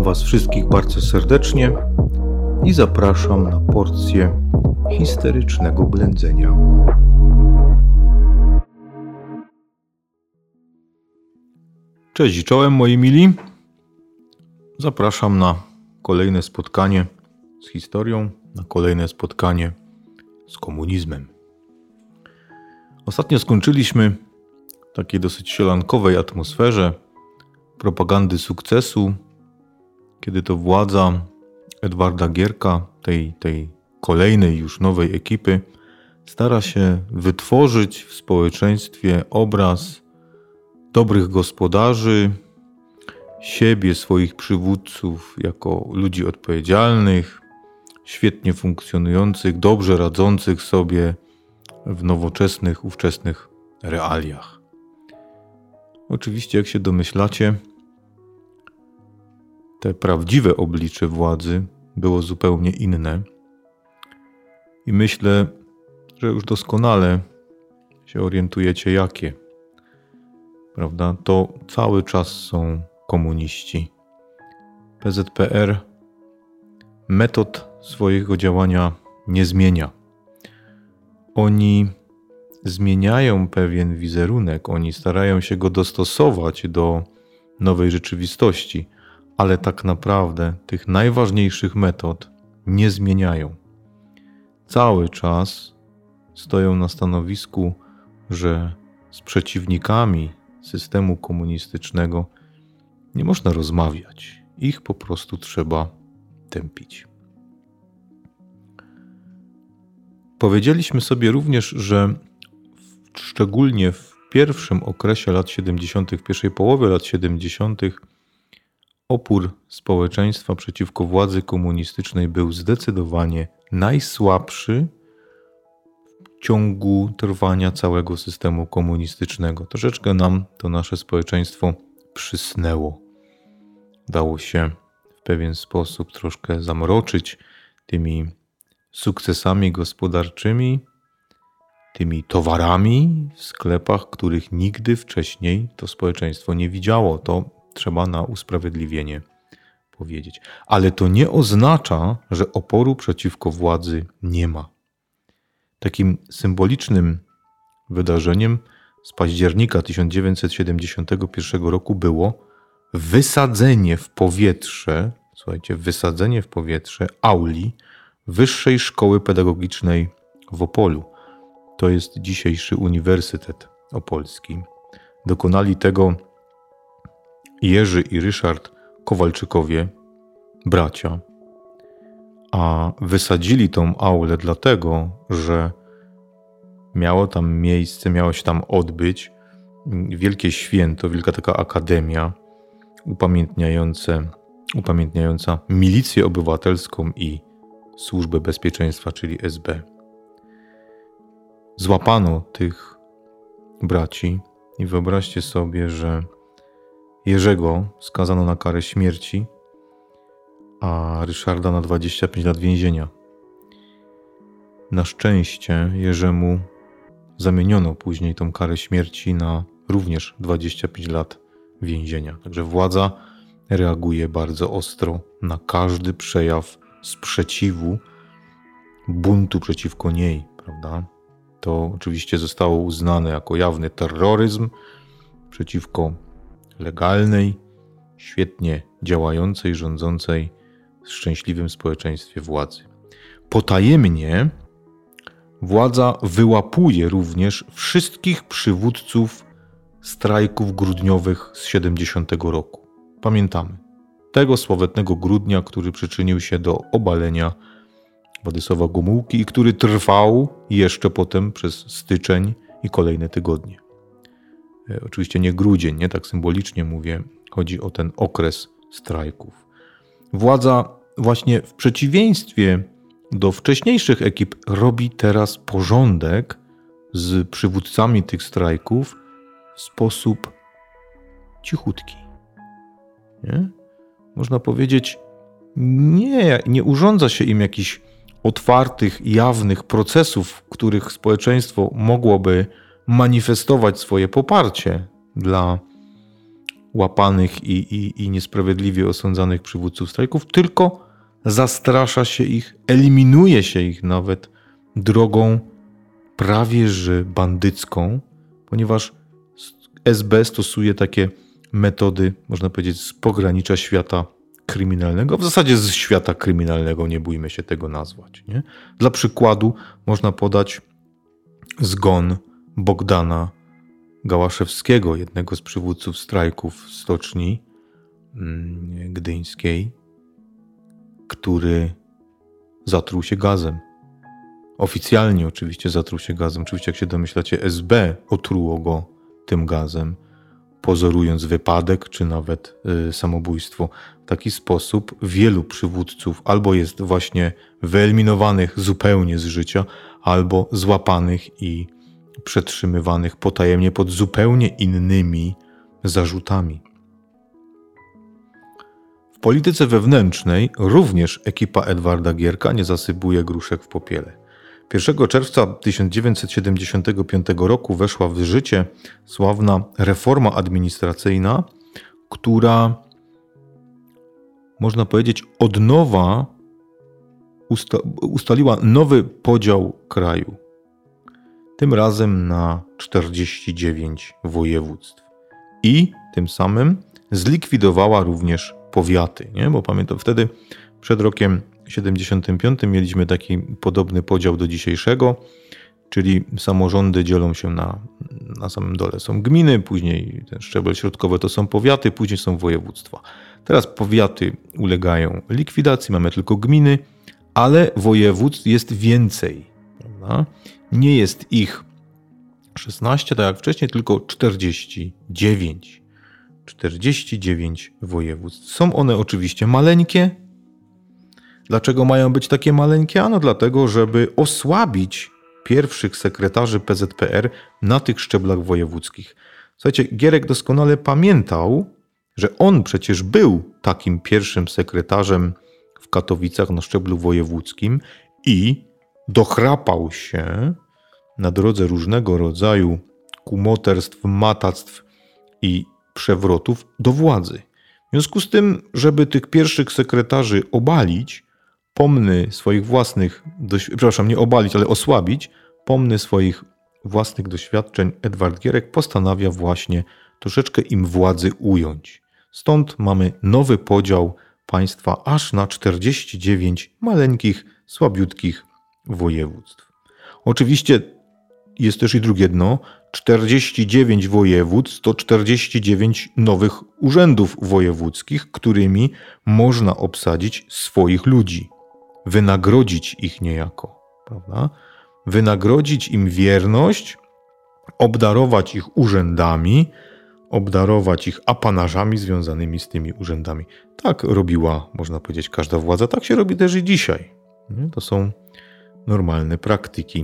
Was wszystkich bardzo serdecznie i zapraszam na porcję histerycznego blędzenia. Cześć i czołem moi mili. Zapraszam na kolejne spotkanie z historią, na kolejne spotkanie z komunizmem. Ostatnio skończyliśmy w takiej dosyć sielankowej atmosferze propagandy sukcesu, kiedy to władza Edwarda Gierka, tej kolejnej już nowej ekipy, stara się wytworzyć w społeczeństwie obraz dobrych gospodarzy, siebie, swoich przywódców jako ludzi odpowiedzialnych, świetnie funkcjonujących, dobrze radzących sobie w nowoczesnych, ówczesnych realiach. Oczywiście, jak się domyślacie, te prawdziwe oblicze władzy było zupełnie inne i myślę, że już doskonale się orientujecie jakie. Prawda? To cały czas są komuniści. PZPR metod swojego działania nie zmienia. Oni zmieniają pewien wizerunek, oni starają się go dostosować do nowej rzeczywistości, ale tak naprawdę tych najważniejszych metod nie zmieniają. Cały czas stoją na stanowisku, że z przeciwnikami systemu komunistycznego nie można rozmawiać. Ich po prostu trzeba tępić. Powiedzieliśmy sobie również, że szczególnie w pierwszym okresie lat 70., w pierwszej połowie lat 70., opór społeczeństwa przeciwko władzy komunistycznej był zdecydowanie najsłabszy w ciągu trwania całego systemu komunistycznego. Troszeczkę nam to nasze społeczeństwo przysnęło. Dało się w pewien sposób troszkę zamroczyć tymi sukcesami gospodarczymi, tymi towarami w sklepach, których nigdy wcześniej to społeczeństwo nie widziało. To trzeba na usprawiedliwienie powiedzieć. Ale to nie oznacza, że oporu przeciwko władzy nie ma. Takim symbolicznym wydarzeniem z października 1971 roku było wysadzenie w powietrze, słuchajcie, wysadzenie w powietrze auli Wyższej Szkoły Pedagogicznej w Opolu. To jest dzisiejszy Uniwersytet Opolski. Dokonali tego Jerzy i Ryszard Kowalczykowie, bracia, a wysadzili tą aulę dlatego, że miało się tam odbyć wielkie święto, wielka taka akademia upamiętniająca milicję obywatelską i Służbę Bezpieczeństwa, czyli SB. Złapano tych braci i wyobraźcie sobie, że Jerzego skazano na karę śmierci, a Ryszarda na 25 lat więzienia. Na szczęście Jerzemu zamieniono później tą karę śmierci na również 25 lat więzienia. Także władza reaguje bardzo ostro na każdy przejaw sprzeciwu, buntu przeciwko niej, prawda? To oczywiście zostało uznane jako jawny terroryzm przeciwko legalnej, świetnie działającej, rządzącej w szczęśliwym społeczeństwie władzy. Potajemnie władza wyłapuje również wszystkich przywódców strajków grudniowych z 70 roku. Pamiętamy tego sławetnego grudnia, który przyczynił się do obalenia Władysława Gomułki i który trwał jeszcze potem przez styczeń i kolejne tygodnie. Oczywiście nie grudzień, nie tak symbolicznie mówię, chodzi o ten okres strajków. Władza właśnie w przeciwieństwie do wcześniejszych ekip robi teraz porządek z przywódcami tych strajków w sposób cichutki. Nie? Można powiedzieć, nie urządza się im jakichś otwartych, jawnych procesów, w których społeczeństwo mogłoby manifestować swoje poparcie dla łapanych i niesprawiedliwie osądzanych przywódców strajków, tylko zastrasza się ich, eliminuje się ich nawet drogą prawie że bandycką, ponieważ SB stosuje takie metody, można powiedzieć, z pogranicza świata kryminalnego, w zasadzie z świata kryminalnego, nie bójmy się tego nazwać. Nie? Dla przykładu można podać zgon Bogdana Gałaszewskiego, jednego z przywódców strajków w stoczni gdyńskiej, który zatruł się gazem. Oficjalnie oczywiście zatruł się gazem. Oczywiście, jak się domyślacie, SB otruło go tym gazem, pozorując wypadek czy nawet samobójstwo. W taki sposób wielu przywódców albo jest właśnie wyeliminowanych zupełnie z życia, albo złapanych i przetrzymywanych potajemnie pod zupełnie innymi zarzutami. W polityce wewnętrznej również ekipa Edwarda Gierka nie zasypuje gruszek w popiele. 1 czerwca 1975 roku weszła w życie sławna reforma administracyjna, która, można powiedzieć, od nowa ustaliła nowy podział kraju. Tym razem na 49 województw. I tym samym zlikwidowała również powiaty. Nie? Bo pamiętam, wtedy przed rokiem 75 mieliśmy taki podobny podział do dzisiejszego, czyli samorządy dzielą się na samym dole są gminy, później ten szczebel środkowy to są powiaty, później są województwa. Teraz powiaty ulegają likwidacji, mamy tylko gminy, ale województw jest więcej. Prawda? Nie jest ich 16, tak jak wcześniej, tylko 49. 49 województw. Są one oczywiście maleńkie. Dlaczego mają być takie maleńkie? Ano dlatego, żeby osłabić pierwszych sekretarzy PZPR na tych szczeblach wojewódzkich. Słuchajcie, Gierek doskonale pamiętał, że on przecież był takim pierwszym sekretarzem w Katowicach na szczeblu wojewódzkim i dochrapał się na drodze różnego rodzaju kumoterstw, matactw i przewrotów do władzy. W związku z tym, żeby tych pierwszych sekretarzy obalić, pomny swoich własnych, nie obalić, ale osłabić, pomny swoich własnych doświadczeń, Edward Gierek postanawia właśnie troszeczkę im władzy ująć. Stąd mamy nowy podział państwa aż na 49 maleńkich, słabiutkich województw. Oczywiście jest też i drugie dno. 49 województw to 49 nowych urzędów wojewódzkich, którymi można obsadzić swoich ludzi. Wynagrodzić ich niejako, prawda? Wynagrodzić im wierność, obdarować ich urzędami, obdarować ich apanażami związanymi z tymi urzędami. Tak robiła, można powiedzieć, każda władza. Tak się robi też i dzisiaj. To są normalne praktyki.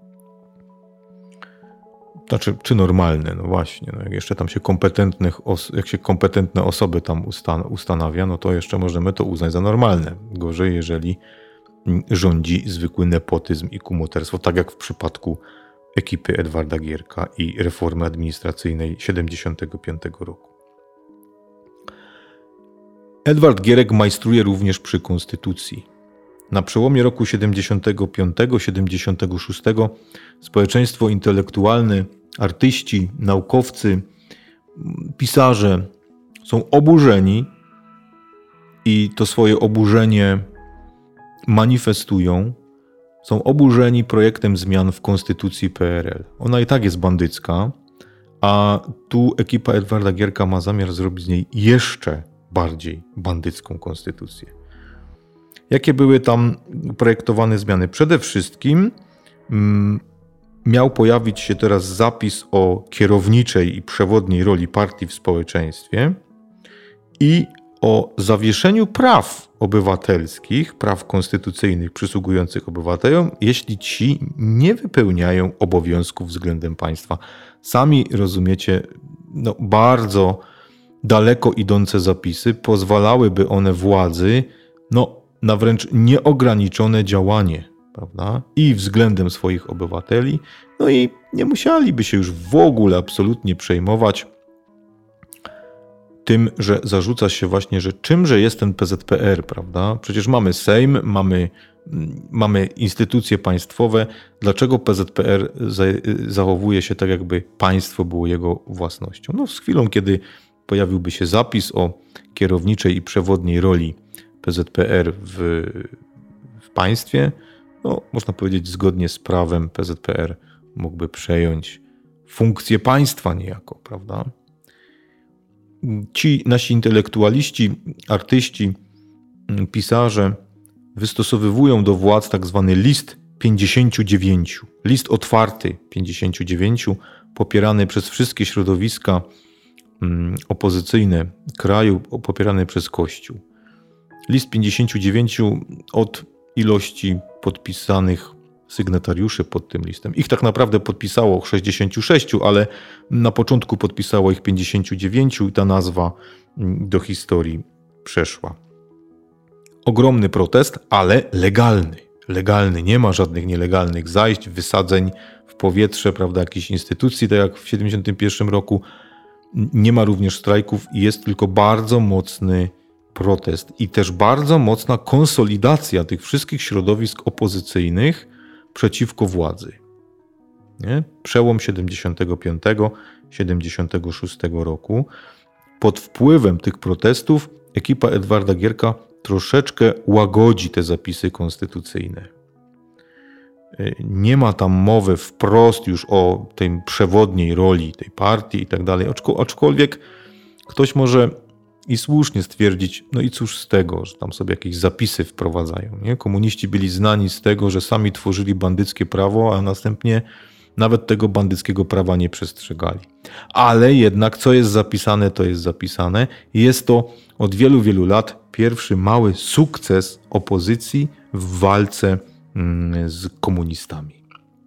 Znaczy, czy normalne? No właśnie. Jak jeszcze tam się kompetentne osoby tam ustanawia, no to jeszcze możemy to uznać za normalne. Gorzej, jeżeli rządzi zwykły nepotyzm i kumoterstwo, tak jak w przypadku ekipy Edwarda Gierka i reformy administracyjnej 75 roku. Edward Gierek majstruje również przy konstytucji. Na przełomie roku 75-76 społeczeństwo intelektualne, artyści, naukowcy, pisarze są oburzeni i to swoje oburzenie manifestują. Są oburzeni projektem zmian w konstytucji PRL. Ona i tak jest bandycka, a tu ekipa Edwarda Gierka ma zamiar zrobić z niej jeszcze bardziej bandycką konstytucję. Jakie były tam projektowane zmiany? Przede wszystkim miał pojawić się teraz zapis o kierowniczej i przewodniej roli partii w społeczeństwie i o zawieszeniu praw obywatelskich, praw konstytucyjnych przysługujących obywatelom, jeśli ci nie wypełniają obowiązków względem państwa. Sami rozumiecie, bardzo daleko idące zapisy, pozwalałyby one władzy na wręcz nieograniczone działanie, prawda? I względem swoich obywateli, i nie musieliby się już w ogóle absolutnie przejmować tym, że zarzuca się właśnie, że czymże jest ten PZPR, prawda? Przecież mamy Sejm, mamy instytucje państwowe. Dlaczego PZPR zachowuje się tak, jakby państwo było jego własnością? No z chwilą, kiedy pojawiłby się zapis o kierowniczej i przewodniej roli PZPR w państwie, no można powiedzieć zgodnie z prawem PZPR mógłby przejąć funkcję państwa niejako, prawda? Ci nasi intelektualiści, artyści, pisarze wystosowywują do władz tak zwany list 59, list otwarty 59, popierany przez wszystkie środowiska opozycyjne kraju, popierany przez Kościół. List 59 od ilości podpisanych sygnatariuszy pod tym listem. Ich tak naprawdę podpisało 66, ale na początku podpisało ich 59 i ta nazwa do historii przeszła. Ogromny protest, ale legalny. Legalny, nie ma żadnych nielegalnych zajść, wysadzeń w powietrze, prawda, jakichś instytucji, tak jak w 71 roku. Nie ma również strajków i jest tylko bardzo mocny protest i też bardzo mocna konsolidacja tych wszystkich środowisk opozycyjnych przeciwko władzy. Nie? Przełom 75-76 roku. Pod wpływem tych protestów ekipa Edwarda Gierka troszeczkę łagodzi te zapisy konstytucyjne. Nie ma tam mowy wprost już o tej przewodniej roli tej partii i tak dalej, aczkolwiek ktoś może i słusznie stwierdzić, no i cóż z tego, że tam sobie jakieś zapisy wprowadzają. Nie? Komuniści byli znani z tego, że sami tworzyli bandyckie prawo, a następnie nawet tego bandyckiego prawa nie przestrzegali. Ale jednak co jest zapisane, to jest zapisane. Jest to od wielu, wielu lat pierwszy mały sukces opozycji w walce z komunistami.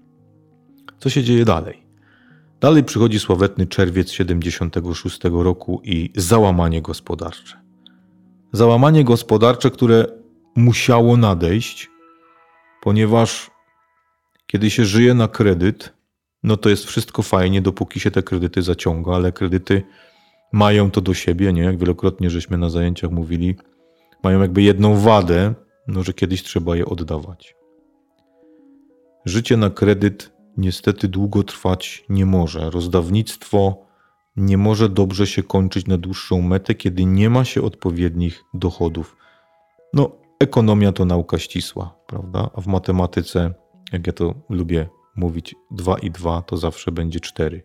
Co się dzieje dalej? Dalej przychodzi sławetny czerwiec 76 roku i załamanie gospodarcze. Załamanie gospodarcze, które musiało nadejść, ponieważ kiedy się żyje na kredyt, no to jest wszystko fajnie, dopóki się te kredyty zaciąga, ale kredyty mają to do siebie, nie? Jak wielokrotnie żeśmy na zajęciach mówili, mają jakby jedną wadę, no że kiedyś trzeba je oddawać. Życie na kredyt niestety długo trwać nie może. Rozdawnictwo nie może dobrze się kończyć na dłuższą metę, kiedy nie ma się odpowiednich dochodów. No, ekonomia to nauka ścisła, prawda? A w matematyce, jak ja to lubię mówić, 2 i 2 to zawsze będzie 4.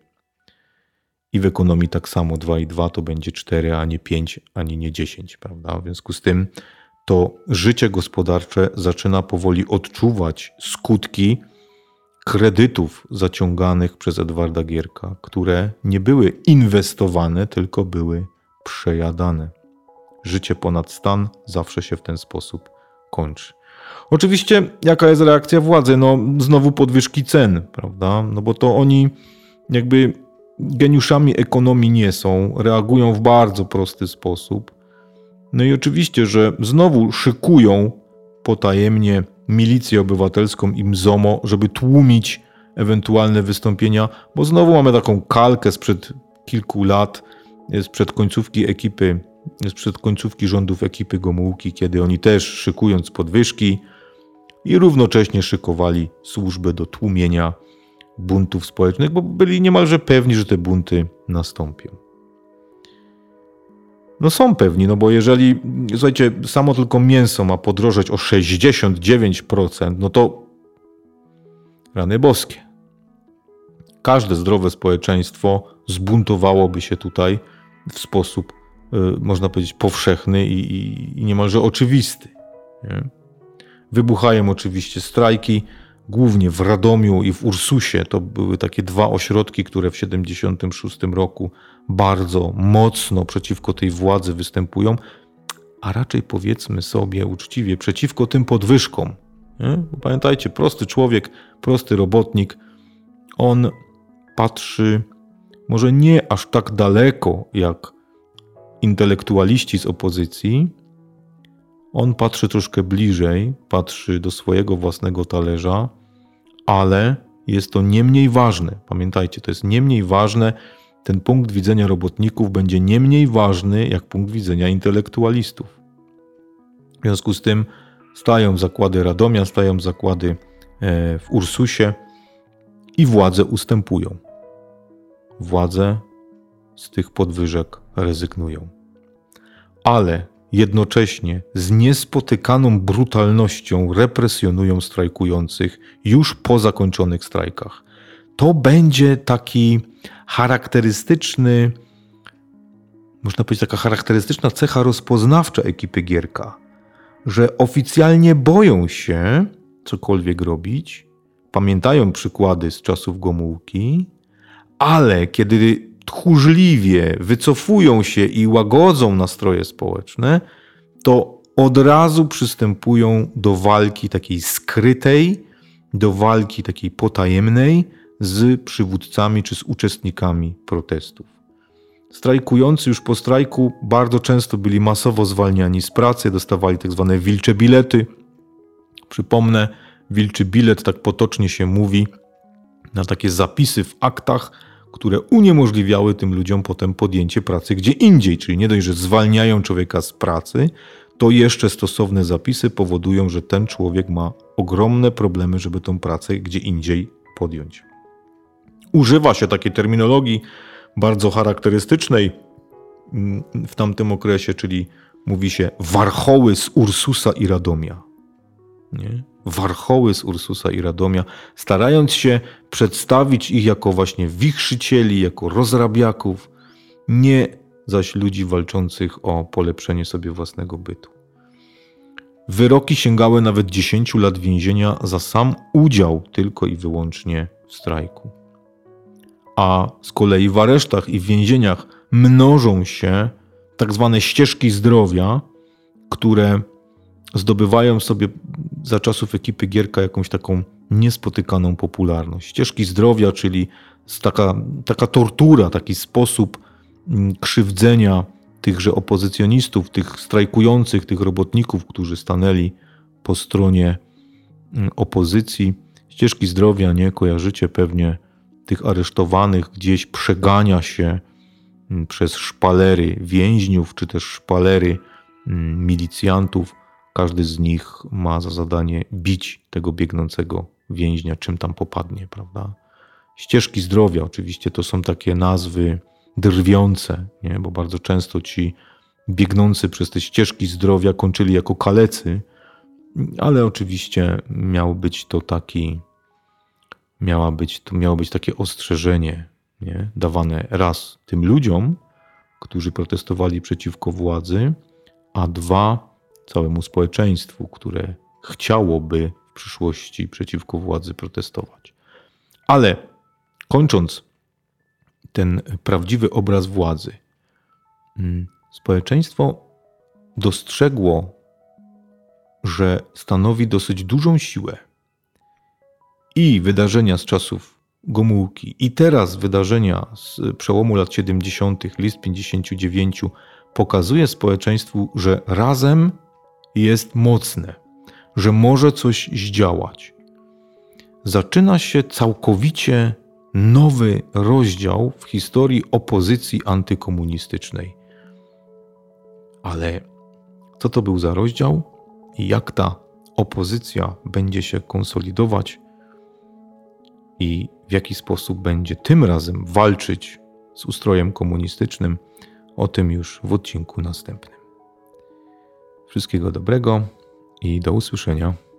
I w ekonomii tak samo 2 i 2 to będzie 4, a nie 5, ani nie 10, prawda? W związku z tym to życie gospodarcze zaczyna powoli odczuwać skutki kredytów zaciąganych przez Edwarda Gierka, które nie były inwestowane, tylko były przejadane. Życie ponad stan zawsze się w ten sposób kończy. Oczywiście jaka jest reakcja władzy? No znowu podwyżki cen, prawda? No bo to oni jakby geniuszami ekonomii nie są, reagują w bardzo prosty sposób. No i oczywiście, że znowu szykują potajemnie milicję obywatelską i MZOMO, żeby tłumić ewentualne wystąpienia, bo znowu mamy taką kalkę sprzed kilku lat, sprzed końcówki rządów ekipy Gomułki, kiedy oni też szykując podwyżki i równocześnie szykowali służby do tłumienia buntów społecznych, bo byli niemalże pewni, że te bunty nastąpią. No są pewni, no bo jeżeli, słuchajcie, samo tylko mięso ma podrożeć o 69%, no to rany boskie. Każde zdrowe społeczeństwo zbuntowałoby się tutaj w sposób, można powiedzieć, powszechny i niemalże oczywisty. Nie? Wybuchają oczywiście strajki, głównie w Radomiu i w Ursusie. To były takie dwa ośrodki, które w 1976 roku bardzo mocno przeciwko tej władzy występują, a raczej powiedzmy sobie uczciwie, przeciwko tym podwyżkom. Nie? Bo pamiętajcie, prosty człowiek, prosty robotnik, on patrzy może nie aż tak daleko jak intelektualiści z opozycji, on patrzy troszkę bliżej, patrzy do swojego własnego talerza, ale jest to nie mniej ważne. Pamiętajcie, to jest nie mniej ważne ten punkt widzenia robotników będzie nie mniej ważny jak punkt widzenia intelektualistów. W związku z tym stają zakłady Radomia, stają zakłady w Ursusie i władze ustępują. Władze z tych podwyżek rezygnują. Ale jednocześnie z niespotykaną brutalnością represjonują strajkujących już po zakończonych strajkach. To będzie taki charakterystyczny, można powiedzieć, taka charakterystyczna cecha rozpoznawcza ekipy Gierka, że oficjalnie boją się cokolwiek robić, pamiętają przykłady z czasów Gomułki, ale kiedy tchórzliwie wycofują się i łagodzą nastroje społeczne, to od razu przystępują do walki takiej skrytej, do walki takiej potajemnej z przywódcami czy z uczestnikami protestów. Strajkujący już po strajku bardzo często byli masowo zwalniani z pracy, dostawali tak zwane wilcze bilety. Przypomnę, wilczy bilet, tak potocznie się mówi, na takie zapisy w aktach, które uniemożliwiały tym ludziom potem podjęcie pracy gdzie indziej. Czyli nie dość, że zwalniają człowieka z pracy, to jeszcze stosowne zapisy powodują, że ten człowiek ma ogromne problemy, żeby tą pracę gdzie indziej podjąć. Używa się takiej terminologii bardzo charakterystycznej w tamtym okresie, czyli mówi się warchoły z Ursusa i Radomia. Nie? Warchoły z Ursusa i Radomia, starając się przedstawić ich jako właśnie wichrzycieli, jako rozrabiaków, nie zaś ludzi walczących o polepszenie sobie własnego bytu. Wyroki sięgały nawet 10 lat więzienia za sam udział tylko i wyłącznie w strajku. A z kolei w aresztach i w więzieniach mnożą się tak zwane ścieżki zdrowia, które zdobywają sobie za czasów ekipy Gierka jakąś taką niespotykaną popularność. Ścieżki zdrowia, czyli taka tortura, taki sposób krzywdzenia tychże opozycjonistów, tych strajkujących, tych robotników, którzy stanęli po stronie opozycji. Ścieżki zdrowia, nie kojarzycie pewnie tych aresztowanych, gdzieś przegania się przez szpalery więźniów, czy też szpalery milicjantów. Każdy z nich ma za zadanie bić tego biegnącego więźnia, czym tam popadnie, prawda? Ścieżki zdrowia oczywiście to są takie nazwy drwiące, nie? Bo bardzo często ci biegnący przez te ścieżki zdrowia kończyli jako kalecy, ale oczywiście miało być takie ostrzeżenie, nie? Dawane raz tym ludziom, którzy protestowali przeciwko władzy, a dwa całemu społeczeństwu, które chciałoby w przyszłości przeciwko władzy protestować. Ale kończąc ten prawdziwy obraz władzy, społeczeństwo dostrzegło, że stanowi dosyć dużą siłę i wydarzenia z czasów Gomułki, i teraz wydarzenia z przełomu lat 70., list 59, pokazuje społeczeństwu, że razem jest mocne, że może coś zdziałać. Zaczyna się całkowicie nowy rozdział w historii opozycji antykomunistycznej. Ale co to był za rozdział i jak ta opozycja będzie się konsolidować i w jaki sposób będzie tym razem walczyć z ustrojem komunistycznym, o tym już w odcinku następnym. Wszystkiego dobrego i do usłyszenia.